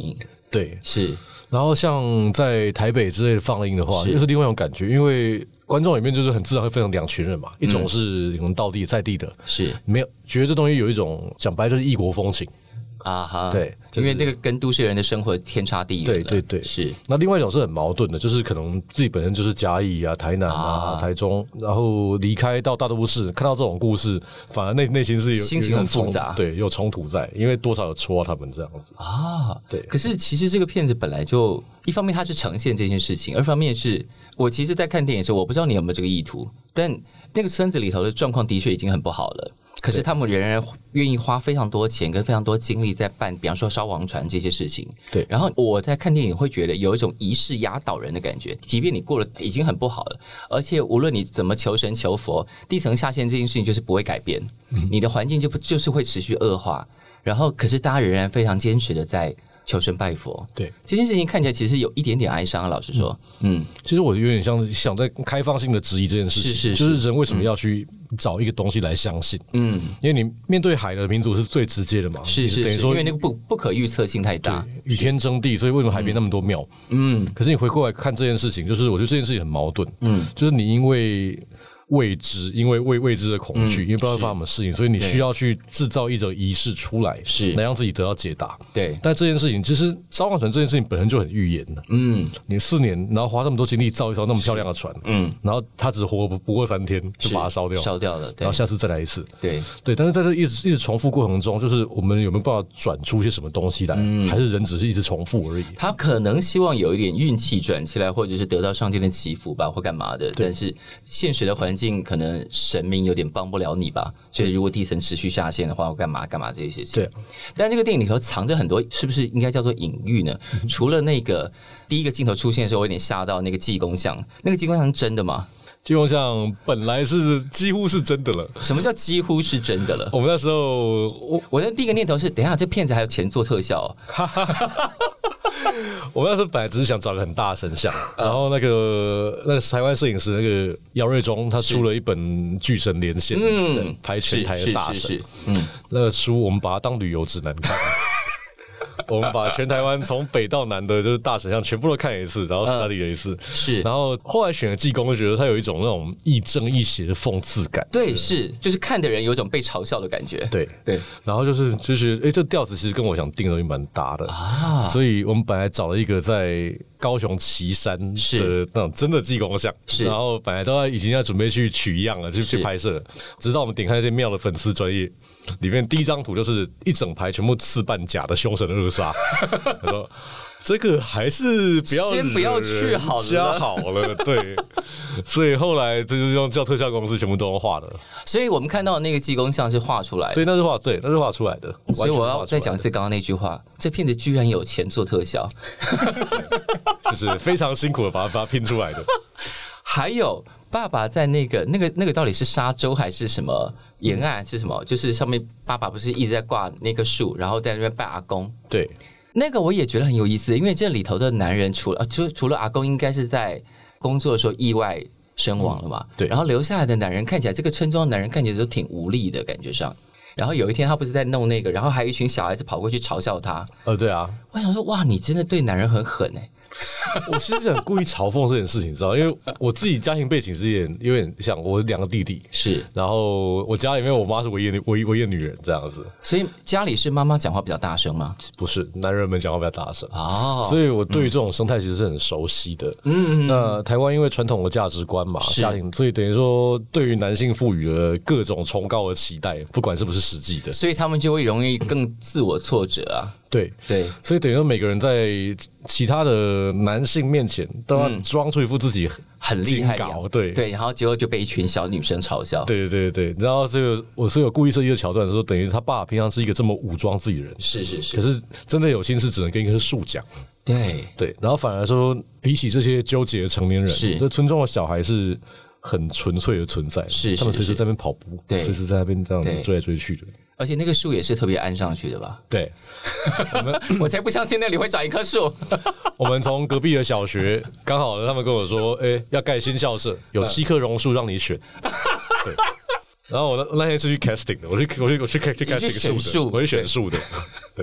对， 是。 然后像在台北之类的放映的话，又是另外一种感觉，因为观众里面就是很自然会分成两群人嘛，一种是可能道地在地的， 是没有觉得这东西有一种讲白就是异国风情。 啊哈， 对， 因为那个跟都市人的生活天差地远。 对对对， 是。 那另外一种是很矛盾的，就是可能自己本身就是嘉义啊、台南啊、啊台中，然后离开到大都市，看到这种故事，反而内内心是有心情很复杂， 对，有冲突在，因为多少有戳到他们这样子啊。 对， 可是其实这个片子本来就一方面它是呈现这件事情，二方面是我其实，在看电影的时候，我不知道你有没有这个意图，但那个村子里头的状况的确已经很不好了。可是他们仍然愿意花非常多钱跟非常多精力在办，比方说烧王船这些事情。 对， 然后我在看电影会觉得有一种仪式压倒人的感觉，即便你过了已经很不好了，而且无论你怎么求神求佛，地层下陷这件事情就是不会改变，嗯、你的环境就不就是会持续恶化。然后，可是大家仍然非常坚持的在求神拜佛。 对， 这件事情看起来其实有一点点哀伤，老实说，嗯， 嗯其实我有点像想在开放性的质疑这件事情， 是是是就是人为什么要去找一个东西来相信？嗯，因为你面对海的民族是最直接的嘛， 是是， 等于说因为那个不不可预测性太大， 与天争地，所以为什么海边那么多庙？嗯，可是你回过来看这件事情，就是我觉得这件事情很矛盾，嗯，就是你因为未知，因为未未知的恐惧，嗯、因为不知道发生什么事情，所以你需要去制造一种仪式出来， 是来让自己得到解答。 对， 但这件事情其实烧王船这件事情本身就很预言的。嗯，你四年，然后花这么多精力造一艘那么漂亮的船，嗯，然后它只活不过三天就把它烧掉， 烧掉了， 然后下次再来一次。 对对，但是在这一直一直重复过程中，就是我们有没有办法转出些什么东西来，嗯、还是人只是一直重复而已？ 他可能希望有一点运气转起来，或者是得到上天的祈福吧，或干嘛的。但是现实的环境可能。神明有点帮不了你吧，所以如果地层持续下陷的话，我干嘛干嘛这些事情。 对， 但这个电影里头藏着很多，是不是应该叫做隐喻呢？嗯、除了那个第一个镜头出现的时候，我有点吓到那个济公像，那个济公像是真的吗？ 济公像本来是几乎是真的了。 什么叫几乎是真的了？ 我们那时候， 我我的第一个念头是，等一下这片子还有钱做特效、哦。 我们那时候本来只是想找个很大的神像，然后那个那个台湾摄影师那个姚瑞忠，他出了一本《巨神连线》，嗯，拍全台的大神，嗯，那个书我们把它当旅游指南看。我们把全台湾从北到南的，就是大神像全部都看一次，然后 study 了一次， 是， 然后后来选了济公，就觉得他有一种那种亦正亦邪的讽刺感， 对，是，就是看的人有一种被嘲笑的感觉， 对对， 然后就是就是哎，这调子其实跟我想定的东西蛮搭的啊，所以我们本来找了一个在高雄旗山的那种真的济公像，是，然后本来都要已经要准备去取样了，就去拍摄，直到我们点开那些庙的粉丝专页。里面第一张图就是一整排全部刺扮假的凶神恶煞，他说这个还是不要先不要去好了， 加好了，对，所以后来这就是用叫特效公司全部都用画的， 所以我们看到的那个济公像是画出来的， 所以那是画对，那是画出来的， 所以我要再讲一次刚刚那句话，这片子居然有钱做特效， 就是非常辛苦的把它把它拼出来的， 还有。爸爸在那个那个那个到底是沙洲还是什么沿岸是什么？就是上面爸爸不是一直在挂那棵树，然后在那边拜阿公。 对， 那个我也觉得很有意思，因为这里头的男人除了除除了阿公，应该是在工作的时候意外身亡了嘛。嗯、 对， 然后留下来的男人看起来，这个村庄的男人看起来都挺无力的感觉上。然后有一天他不是在弄那个，然后还有一群小孩子跑过去嘲笑他。 呃，对啊， 我想说，哇，你真的对男人很狠哎、欸。 我其实很故意嘲讽这件事情，知道？因为我自己家庭背景是有点有点像我两个弟弟， 是，然后我家里面我妈是唯一的唯一唯一的女人这样子， 所以家里是妈妈讲话比较大声吗？ 不是，男人们讲话比较大声哦，所以我对于这种生态其实是很熟悉的。嗯，那台湾因为传统的价值观嘛，家庭，所以等于说对于男性赋予了各种崇高的期待，不管是不是实际的， 所以他们就会容易更自我挫折啊。 对对， 所以等于说每个人在其他的男性面前都要装出一副自己很厉害的，对对，然后结果就被一群小女生嘲笑。 对对对对，然后这个我是有故意设计的桥段，说等于他爸平常是一个这么武装自己的人， 是是是， 可是真的有心事只能跟一棵树讲。 对对，然后反而说比起这些纠结的成年人，是这村中的小孩是很纯粹的存在， 是他们随时在那边跑步，对，随时在那边这样追来追去的。 而且那个树也是特别安上去的吧？ 对，我们我才不相信那里会长一棵树。 我们从隔壁的小学刚好他们跟我说，哎、欸，要盖新校舍，有七棵榕树让你选。对，然后我那那天是去 casting 的，我去我去我去 casting 树的，我去选树的。对。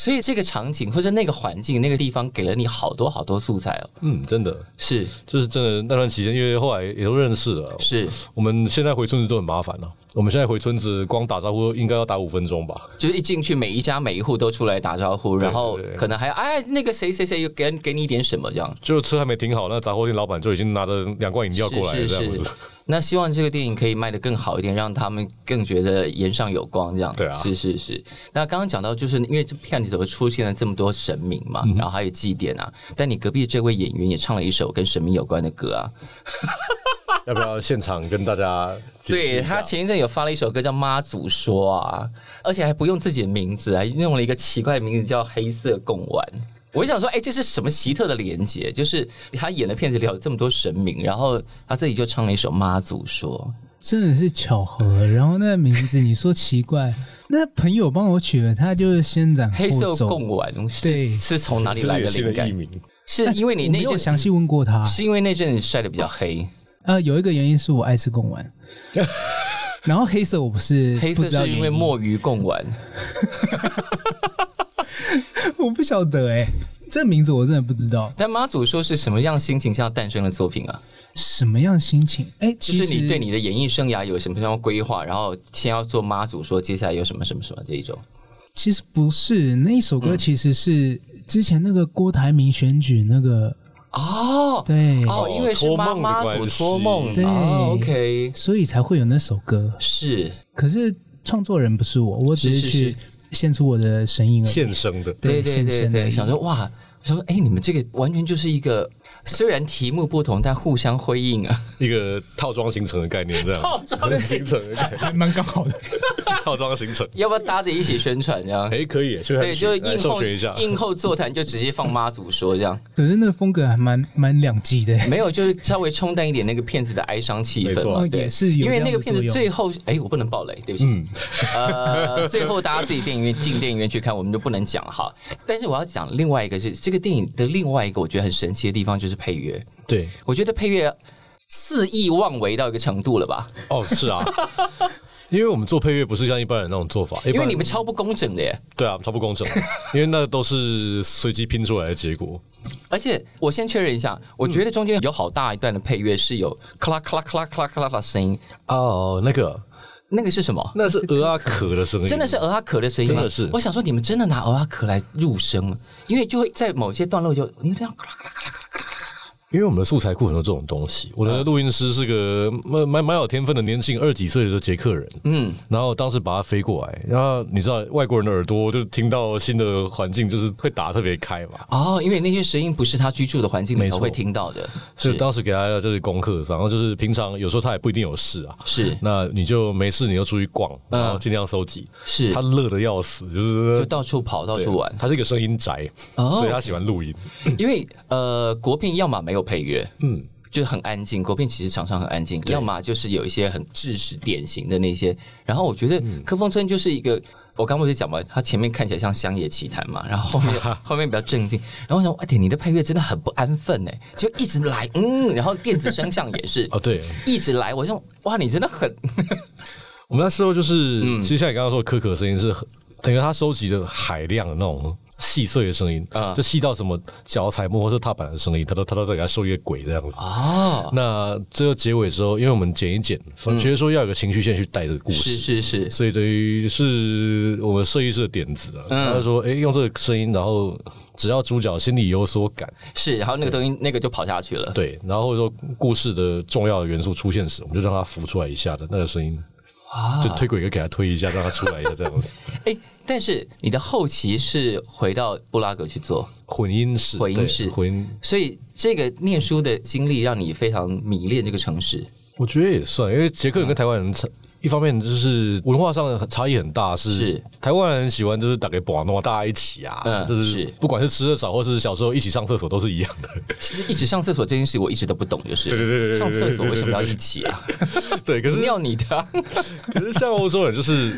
所以这个场景或者那个环境、那个地方给了你好多好多素材哦。 嗯，真的是， 就是真的那段期间，因为后来也都认识了。 是， 我们现在回村子都很麻烦了、啊。我们现在回村子，光打招呼应该要打五分钟吧？ 就是一进去，每一家每一户都出来打招呼，然后可能还哎那个谁谁谁给给你一点什么这样。 就车还没停好，那杂货店老板就已经拿着两罐饮料过来了，这样子。是是是那希望这个电影可以卖得更好一点，让他们更觉得颜上有光，这样。 对啊， 是是是。那刚刚讲到，就是因为这片里头出现了这么多神明嘛，嗯、然后还有祭典啊，但你隔壁这位演员也唱了一首跟神明有关的歌啊。 要不要现场跟大家？ 对，他前一阵有发了一首歌叫《妈祖说》啊，而且还不用自己的名字，还用了一个奇怪的名字叫《黑色贡丸》。我就想说，哎、欸，这是什么奇特的连结？就是他演的片子里有这么多神明，然后他自己就唱了一首《妈祖说》， 真的是巧合。然后那个名字你说奇怪，那朋友帮我取了，他就是先斩后奏。 黑色贡丸，对，是从哪里来的灵感？是因为你那阵我没有详细问过他， 是因为那阵晒得比较黑。 呃，有一个原因是我爱吃贡丸，然后黑色我不是黑色是因为墨鱼贡丸， 我不晓得哎、欸，这名字我真的不知道。 但妈祖说是什么样心情下诞生的作品啊？ 什么样心情？哎、欸， 就是你对你的演艺生涯有什么样规划，然后先要做妈祖说，接下来有什么什么什么这一种。 其实不是，那一首歌其实是之前那个郭台铭选举那个。 哦， 对， 哦，因为是妈妈祖托梦， 对、 哦、，OK， 所以才会有那首歌。 是， 可是创作人不是我，我只是去献出我的声音而已， 献声的， 对对对对，想说哇，想说哎、欸，你们这个完全就是一个虽然题目不同，但互相辉映啊， 一个套装形成的概念，这样套装形成的概念还蛮刚好的。 套装形成， 要不要搭着一起宣传这样？ 哎、欸，可以， 对，就映后一下， 映后座谈就直接放妈祖说这样。 可是那个风格还蛮蛮两极的， 没有，就是稍微冲淡一点那个片子的哀伤气氛嘛。对， 是有， 因为那个片子最后，哎、欸，我不能爆雷，对不起。嗯、呃，最后大家自己电影院进电影院去看，我们就不能讲哈。但是我要讲另外一个是这个电影的另外一个我觉得很神奇的地方就是配乐。 对， 我觉得配乐肆意妄为到一个程度了吧？ 哦，是啊。因为我们做配乐不是像一般人那种做法， 因为你们超不工整的耶。 对啊，超不工整，因为那都是随机拼出来的结果。 而且我先确认一下，我觉得中间有好大一段的配乐是有咔啦咔啦咔啦咔啦咔啦的声音。 哦，那个那个是什么？ 那是鹅啊壳的声音， 真的是鹅啊壳的声音吗？ 真的是。 我想说，你们真的拿鹅啊壳来入声，因为就会在某些段落就你这样咔啦咔啦咔啦咔啦咔啦。 因为我们的素材库很多这种东西，我的录音师是个蛮蛮蛮有天分的年轻二十几岁的捷克人，嗯，然后当时把他飞过来，然后你知道外国人的耳朵就是听到新的环境就是会打特别开嘛， 哦，因为那些声音不是他居住的环境里头会听到的， 所以当时给他就是功课，然后就是平常有时候他也不一定有事啊， 是， 那你就没事你就出去逛，然后尽量收集， 是， 他乐得要死，就是就到处跑到处玩， 他是一个声音宅，哦，所以他喜欢录音， 因为呃国片要么没有配乐，嗯。就很安静，国片其实常常很安静，要么就是有一些很制式典型的那些。然后我觉得柯风春就是一个，我刚不是讲嘛，他前面看起来像乡野奇谈嘛，然后后面后面比较正经。然后我想，哎，你的配乐真的很不安分哎，就一直来，嗯，然后电子声响也是， 哦对， 一直来。我想，哇，你真的很。 我们那时候就是，嗯、其实像你刚刚说的可可声音是很，等于他收集的海量的那种细碎的声音，啊、就细到什么脚踩木或是踏板的声音，他都他都在给他收一个轨这样子。哦，那最后结尾之后，因为我们剪一剪，嗯、觉得说要有个情绪线去带这个故事， 是是是， 所以等于是我们设计师的点子啊。嗯、他就说，哎、欸，用这个声音，然后只要主角心里有所感， 是，然后那个东西那个就跑下去了。 对，然后或者说故事的重要的元素出现时，我们就让它浮出来一下的那个声音。就推轨，给他推一下，让他出来一下，这样子。 哎、欸，但是你的后期是回到布拉格去做混音室， 混音室， 混音。 所以这个念书的经历让你非常迷恋这个城市。 我觉得也算，因为捷克人跟台湾人。嗯一方面就是文化上的差异很大，是, 是台湾人喜欢就是打给保诺大家一起啊，嗯、就是不管是吃的少或是小时候一起上厕所都是一样的。 其实一起上厕所这件事我一直都不懂，就是对对对对， 上厕所为什么要一起啊？ 对，可是尿你的、啊。 可是像欧洲人就是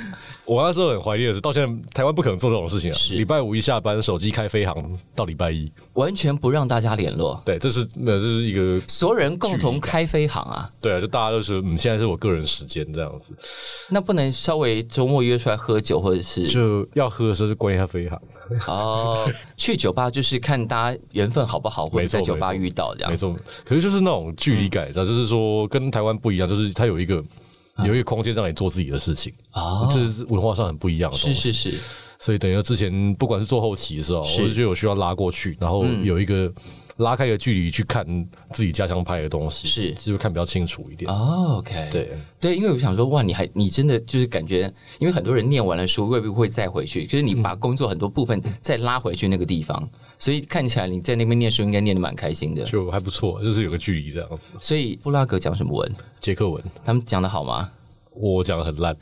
我那时候很怀念的是，到现在台湾不可能做这种事情啊。礼拜五一下班，手机开飞航到礼拜一， 完全不让大家联络。 对，这是那这是一个所有人共同开飞航啊。 对啊，就大家都说，嗯，现在是我个人时间这样子。 那不能稍微周末约出来喝酒，或者是就要喝的时候就关一下飞航。 哦，去酒吧就是看大家缘分好不好，或者在酒吧遇到这样。 没错，可是就是那种距离感，嗯、就是说跟台湾不一样，就是它有一个。有一个空间让你做自己的事情啊，这是文化上很不一样的东西。 是是是， 所以等于之前不管是做后期的时候，我就觉得我需要拉过去，然后有一个拉开一个距离去看自己家乡拍的东西， 是就看比较清楚一点。 哦 ，OK， 对对，因为我想说，哇，你还你真的就是感觉，因为很多人念完了书，未必会再回去，就是你把工作很多部分再拉回去那个地方。所以看起来你在那边念书应该念得蛮开心的， 就还不错，就是有个距离这样子。 所以布拉格讲什么文？ 捷克文。 他们讲得好吗？ 我讲得很烂，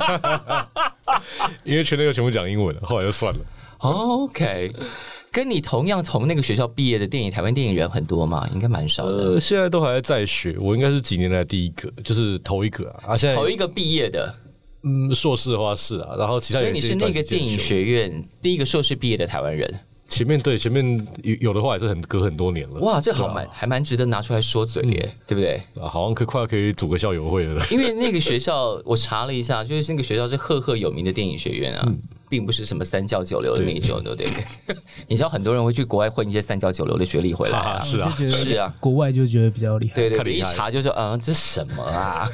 因为全那个全部讲英文了，后来就算了。 OK， 跟你同样从那个学校毕业的电影台湾电影人很多嘛，应该蛮少的。 呃，现在都还在学，我应该是几年来第一个，就是头一个啊。啊，现在头一个毕业的。 嗯，硕士的话是啊，然后其他所以你是那个电影学院第一个硕士毕业的台湾人。 前面对前面有有的话也是很隔很多年了。 哇，这好蛮、啊、还蛮值得拿出来说嘴耶，嗯、对不对？ 啊，好像可快要可以组个校友会了。 因为那个学校我查了一下，就是那个学校是赫赫有名的电影学院啊，嗯、并不是什么三教九流的那种，对不对？你知道很多人会去国外混一些三教九流的学历回来啊， 是啊， 是啊， 国外就觉得比较厉害。 对对对，一查就说嗯，这什么啊？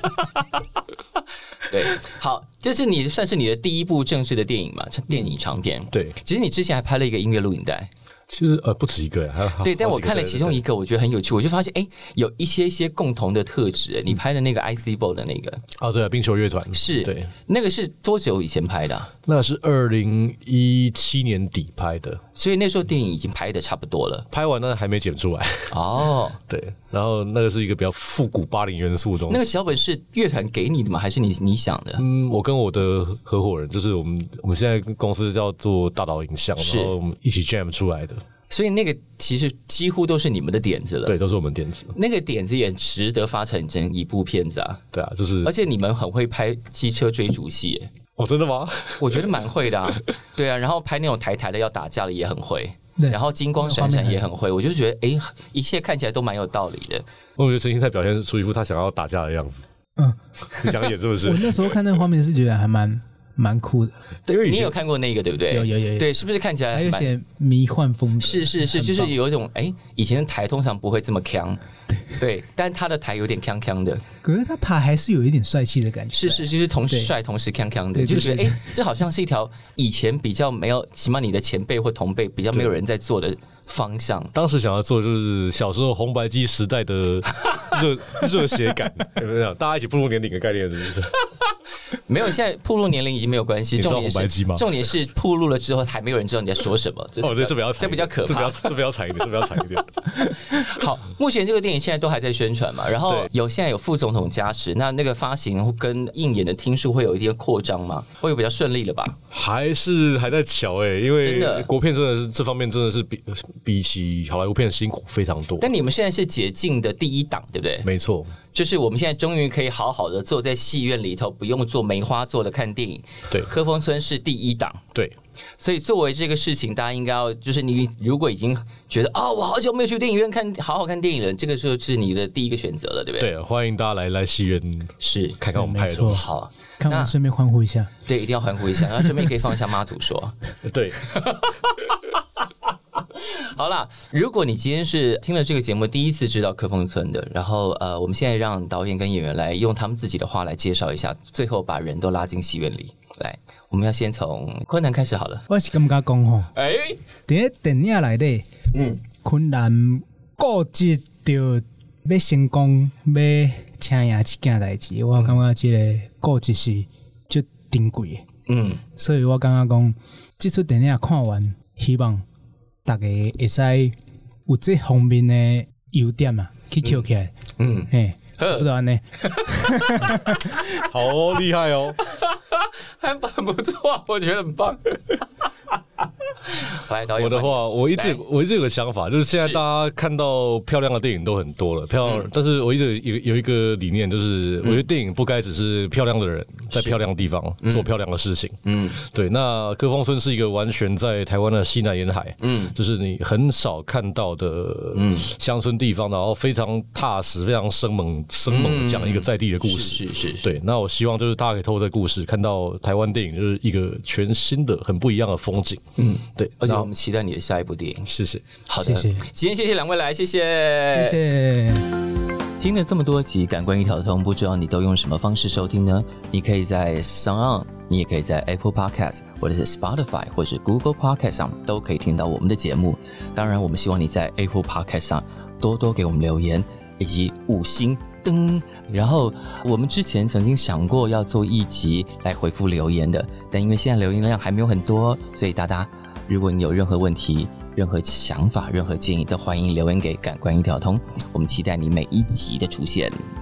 对，好，这是你算是你的第一部正式的电影嘛？电影长片。 对， 其实你之前还拍了一个音乐录影带。 其实呃不止一个，还有对，但我看了其中一个，我觉得很有趣，我就发现哎，有一些一些共同的特质。你拍的那个 I C Ball 的那个哦，对啊，冰球乐团是， 对， 那个是多久以前拍的、啊？ 那是二零一七年底拍的， 所以那时候电影已经拍的差不多了， 拍完了还没剪出来。 哦， 对，然后那个是一个比较复古八零元素的东西。 那个脚本是乐团给你的吗？还是你你想的？ 嗯，我跟我的合伙人，就是我们我们现在公司叫做大岛影像，然后我们一起 jam 出来的。 所以那个其实几乎都是你们的点子了， 对，都是我们点子。 那个点子也值得发展成一部片子啊。 对啊，就是， 而且你们很会拍机车追逐戏耶。 哦，真的吗？ 我觉得蛮会的啊。对啊，然后拍那种台台的要打架的也很会，然后金光闪闪也很会。我就觉得，哎，一切看起来都蛮有道理的。 我觉得陈星在表现出一副他想要打架的样子。嗯，你想演是不是？ 我那时候看那个画面是觉得还蛮。蛮酷的， 对，你有看过那个对不对？ 有有有， 对，是不是看起来还有些迷幻风格？ 是是是，就是有一种哎，以前的台通常不会这么强，对，但他的台有点强强的， 可是他台还是有一点帅气的感觉。 是是，就是同时帅同时强强的，就觉得哎，这好像是一条以前比较没有，起码你的前辈或同辈比较没有人在做的方向。 当时想要做就是小时候红白机时代的热热血感，有没有？大家一起步入年龄的概念是不是？ 没有，现在暴露年龄已经没有关系。重点是，重点是暴露了之后，还没有人知道你在说什么。 哦，对，这比较这比较可怕， 这比较惨一点，这比较惨一点。 好，目前这个电影现在都还在宣传嘛，然后有现在有副总统加持，那那个发行跟映演的听数会有一些扩张吗？会有比较顺利了吧？ 还是还在瞧哎、欸，因为国片真的是这方面真的是比比起好莱坞片辛苦非常多。 但你们现在是解禁的第一档，对不对？ 没错。 就是我们现在终于可以好好的坐在戏院里头，不用做梅花座的看电影。 对， 科峰村是第一档。 对， 所以作为这个事情，大家应该要就是你如果已经觉得啊、哦，我好久没有去电影院看好好看电影了，这个时候是你的第一个选择了，对不对？ 对，欢迎大家来来戏院是看看我们拍的东西。 好，看完顺便欢呼一下。 对，一定要欢呼一下，然后顺便可以放一下妈祖说。 对。 好啦，如果你今天是听了这个节目第一次知道科峰村的，然后呃，我们现在让导演跟演员来用他们自己的话来介绍一下，最后把人都拉进戏院里来。我们要先从昆南开始好了。 我是感觉讲吼， 哎， 在电影内底，嗯，昆南固执着要成功，要请赢一件代志，我感觉这个固执是就珍贵的，嗯，所以我感觉讲，这出电影看完，希望大家会使有这方面的优点嘛，去捡起来。嗯，嘿，不知道呢。 好哦，厉害哦， 还很不错，我觉得很棒。 来，导演， 我的话，我一直我一直有个想法，就是现在大家看到漂亮的电影都很多了，漂亮，嗯、但是我一直有有一个理念，就是我觉得电影不该只是漂亮的人在漂亮的地方做漂亮的事情。嗯，对。那歌峰村是一个完全在台湾的西南沿海，嗯，就是你很少看到的乡村地方，然后非常踏实、非常生猛、生猛的讲一个在地的故事。 是是是。 对，那我希望就是大家可以透过这个故事，看到台湾电影就是一个全新的、很不一样的风景。嗯，对。 而且我们期待你的下一部电影。 谢谢。 好的， 谢谢。 今天谢谢两位来，谢谢， 谢谢。 听了这么多集《感官一条通》，不知道你都用什么方式收听呢？你可以在 SoundOn， 你也可以在 Apple Podcast 或者是 Spotify 或者是 Google Podcast 上都可以听到我们的节目。当然，我们希望你在 Apple Podcast 上多多给我们留言以及五星灯。然后我们之前曾经想过要做一集来回复留言的，但因为现在留言量还没有很多，所以大家如果你有任何问题、任何想法、任何建议，都欢迎留言给感官一条通。我们期待你每一集的出现。